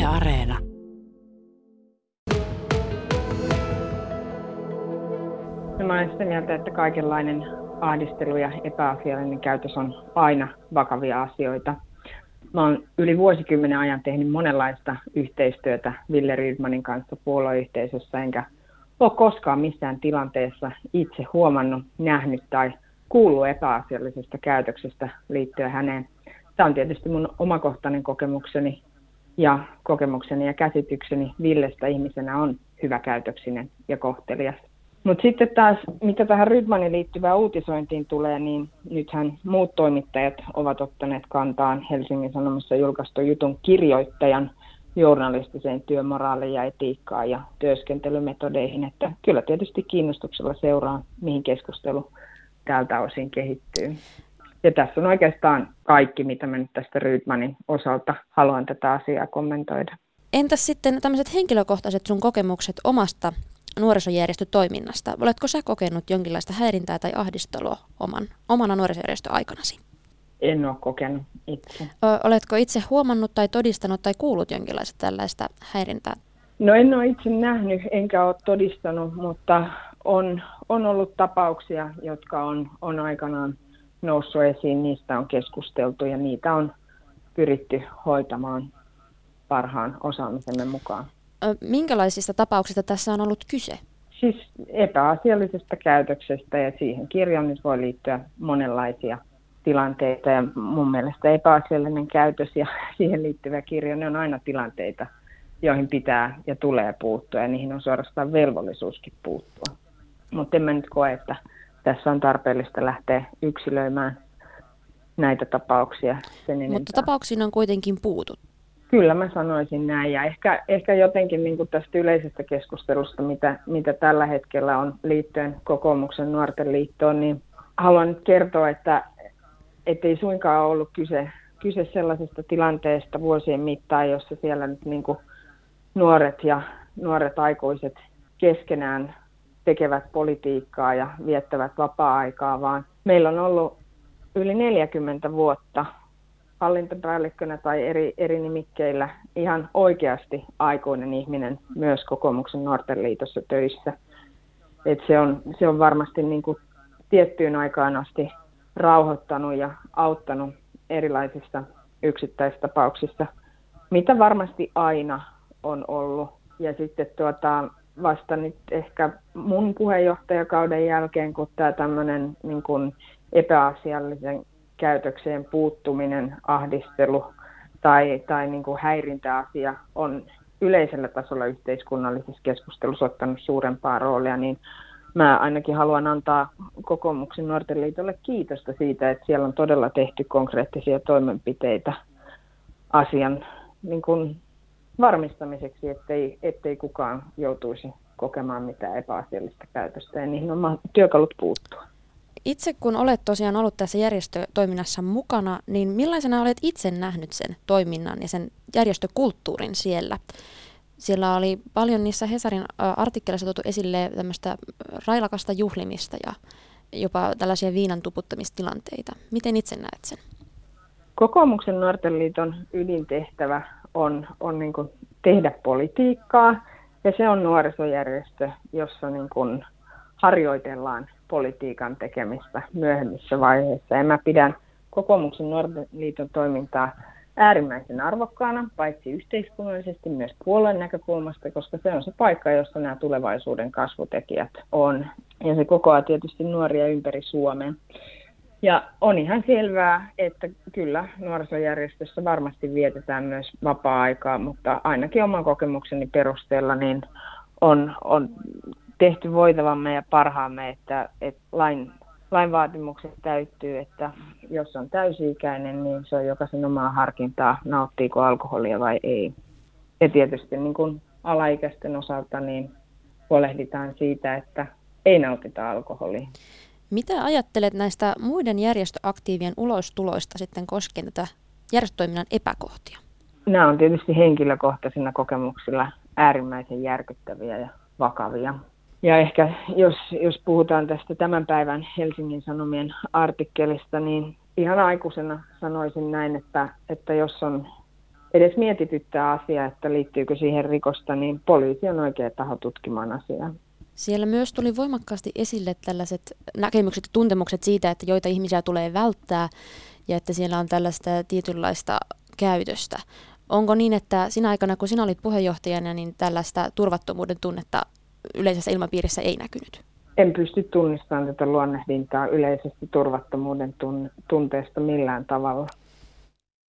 Areena. No, mä olen sitä mieltä, että kaikenlainen ahdistelu ja epäasiallinen käytös on aina vakavia asioita. Mä oon yli vuosikymmenen ajan tehnyt monenlaista yhteistyötä Wille Rydmanin kanssa puolueyhteisössä, enkä ole koskaan missään tilanteessa itse huomannut, nähnyt tai kuullut epäasiallisesta käytöksestä liittyen häneen. Tämä on tietysti mun omakohtainen kokemukseni ja käsitykseni Villestä ihmisenä on hyväkäytöksinen ja kohtelias. Mutta sitten taas, mitä tähän Rydmanin liittyvään uutisointiin tulee, niin nythän muut toimittajat ovat ottaneet kantaan Helsingin Sanomissa julkaistun jutun kirjoittajan journalistiseen työmoraaliin ja etiikkaan ja työskentelymetodeihin. Että kyllä tietysti kiinnostuksella seuraa, mihin keskustelu tältä osin kehittyy. Ja tässä on oikeastaan kaikki, mitä mä nyt tästä Rydmanin osalta haluan tätä asiaa kommentoida. Entäs sitten tämmöiset henkilökohtaiset sun kokemukset omasta nuorisojärjestötoiminnasta? Oletko sä kokenut jonkinlaista häirintää tai ahdistelua omana nuorisojärjestöaikanasi? En ole kokenut itse. Oletko itse huomannut tai todistanut tai kuullut jonkinlaista tällaista häirintää? No en ole itse nähnyt enkä ole todistanut, mutta on ollut tapauksia, jotka on aikanaan noussut esiin, niistä on keskusteltu ja niitä on pyritty hoitamaan parhaan osaamisemme mukaan. Minkälaisista tapauksista tässä on ollut kyse? Siis epäasiallisesta käytöksestä ja siihen kirjaan nyt voi liittyä monenlaisia tilanteita ja mun mielestä epäasiallinen käytös ja siihen liittyvä kirjo, ne on aina tilanteita, joihin pitää ja tulee puuttua ja niihin on suorastaan velvollisuuskin puuttua. Mutta en mä nyt koe, että tässä on tarpeellista lähteä yksilöimään näitä tapauksia sen enempää. Mutta tapauksiin on kuitenkin puututtu. Kyllä mä sanoisin näin ja ehkä jotenkin niin kuin tästä yleisestä keskustelusta, mitä tällä hetkellä on liittyen Kokoomuksen nuorten liittoon, niin haluan nyt kertoa, että ei suinkaan ollut kyse sellaisesta tilanteesta vuosien mittaan, jossa siellä nyt niin kuin nuoret aikuiset keskenään tekevät politiikkaa ja viettävät vapaa-aikaa, vaan meillä on ollut yli 40 vuotta hallintopäällikkönä tai eri nimikkeillä ihan oikeasti aikuinen ihminen myös Kokoomuksen nuorten liitossa töissä. Et se on varmasti niin kuin tiettyyn aikaan asti rauhoittanut ja auttanut erilaisissa yksittäistapauksissa, mitä varmasti aina on ollut. Ja sitten vasta nyt ehkä mun puheenjohtajakauden jälkeen, kun tämä tämmöinen niin kuin epäasiallisen käytökseen puuttuminen, ahdistelu tai niin kuin häirintäasia on yleisellä tasolla yhteiskunnallisessa keskustelussa ottanut suurempaa roolia, niin mä ainakin haluan antaa Kokoomuksen nuorten liitolle kiitosta siitä, että siellä on todella tehty konkreettisia toimenpiteitä asian niin kuin varmistamiseksi, ettei kukaan joutuisi kokemaan mitään epäasiallista käytöstä ja niihin on työkalut puuttua. Itse kun olet tosiaan ollut tässä järjestötoiminnassa mukana, niin millaisena olet itse nähnyt sen toiminnan ja sen järjestökulttuurin siellä? Siellä oli paljon niissä Hesarin artikkeleissa tuotu esille tämmöistä railakasta juhlimista ja jopa tällaisia viinan tuputtamistilanteita. Miten itse näet sen? Kokoomuksen nuorten liiton ydintehtävä on niin kuin tehdä politiikkaa ja se on nuorisojärjestö, jossa niin kuin harjoitellaan politiikan tekemistä myöhemmissä vaiheissa. Ja mä pidän Kokoomuksen nuorten liiton toimintaa äärimmäisen arvokkaana, paitsi yhteiskunnallisesti myös puolueen näkökulmasta, koska se on se paikka, jossa nämä tulevaisuuden kasvutekijät on. Ja se kokoaa tietysti nuoria ympäri Suomen. Ja on ihan selvää, että kyllä nuorisojärjestössä varmasti vietetään myös vapaa-aikaa, mutta ainakin oman kokemukseni perusteella niin on tehty voitavamme ja parhaamme, että lain vaatimukset täyttyy, että jos on täysi-ikäinen, niin se on jokaisen omaa harkintaa, nauttiiko alkoholia vai ei. Ja tietysti niin kuin alaikäisten osalta niin huolehditaan siitä, että ei nautita alkoholia. Mitä ajattelet näistä muiden järjestöaktiivien ulostuloista sitten koskien tätä järjestötoiminnan epäkohtia? Nämä on tietysti henkilökohtaisina kokemuksilla äärimmäisen järkyttäviä ja vakavia. Ja ehkä jos puhutaan tästä tämän päivän Helsingin Sanomien artikkelista, niin ihan aikuisena sanoisin näin, että jos on edes mietityttää asia, että liittyykö siihen rikosta, niin poliisi on oikea taho tutkimaan asiaa. Siellä myös tuli voimakkaasti esille tällaiset näkemykset ja tuntemukset siitä, että joita ihmisiä tulee välttää ja että siellä on tällaista tietynlaista käytöstä. Onko niin, että sinä aikana, kun sinä olit puheenjohtajana, niin tällaista turvattomuuden tunnetta yleisessä ilmapiirissä ei näkynyt? En pysty tunnistamaan tätä luonnehdintaa yleisesti turvattomuuden tunteesta millään tavalla.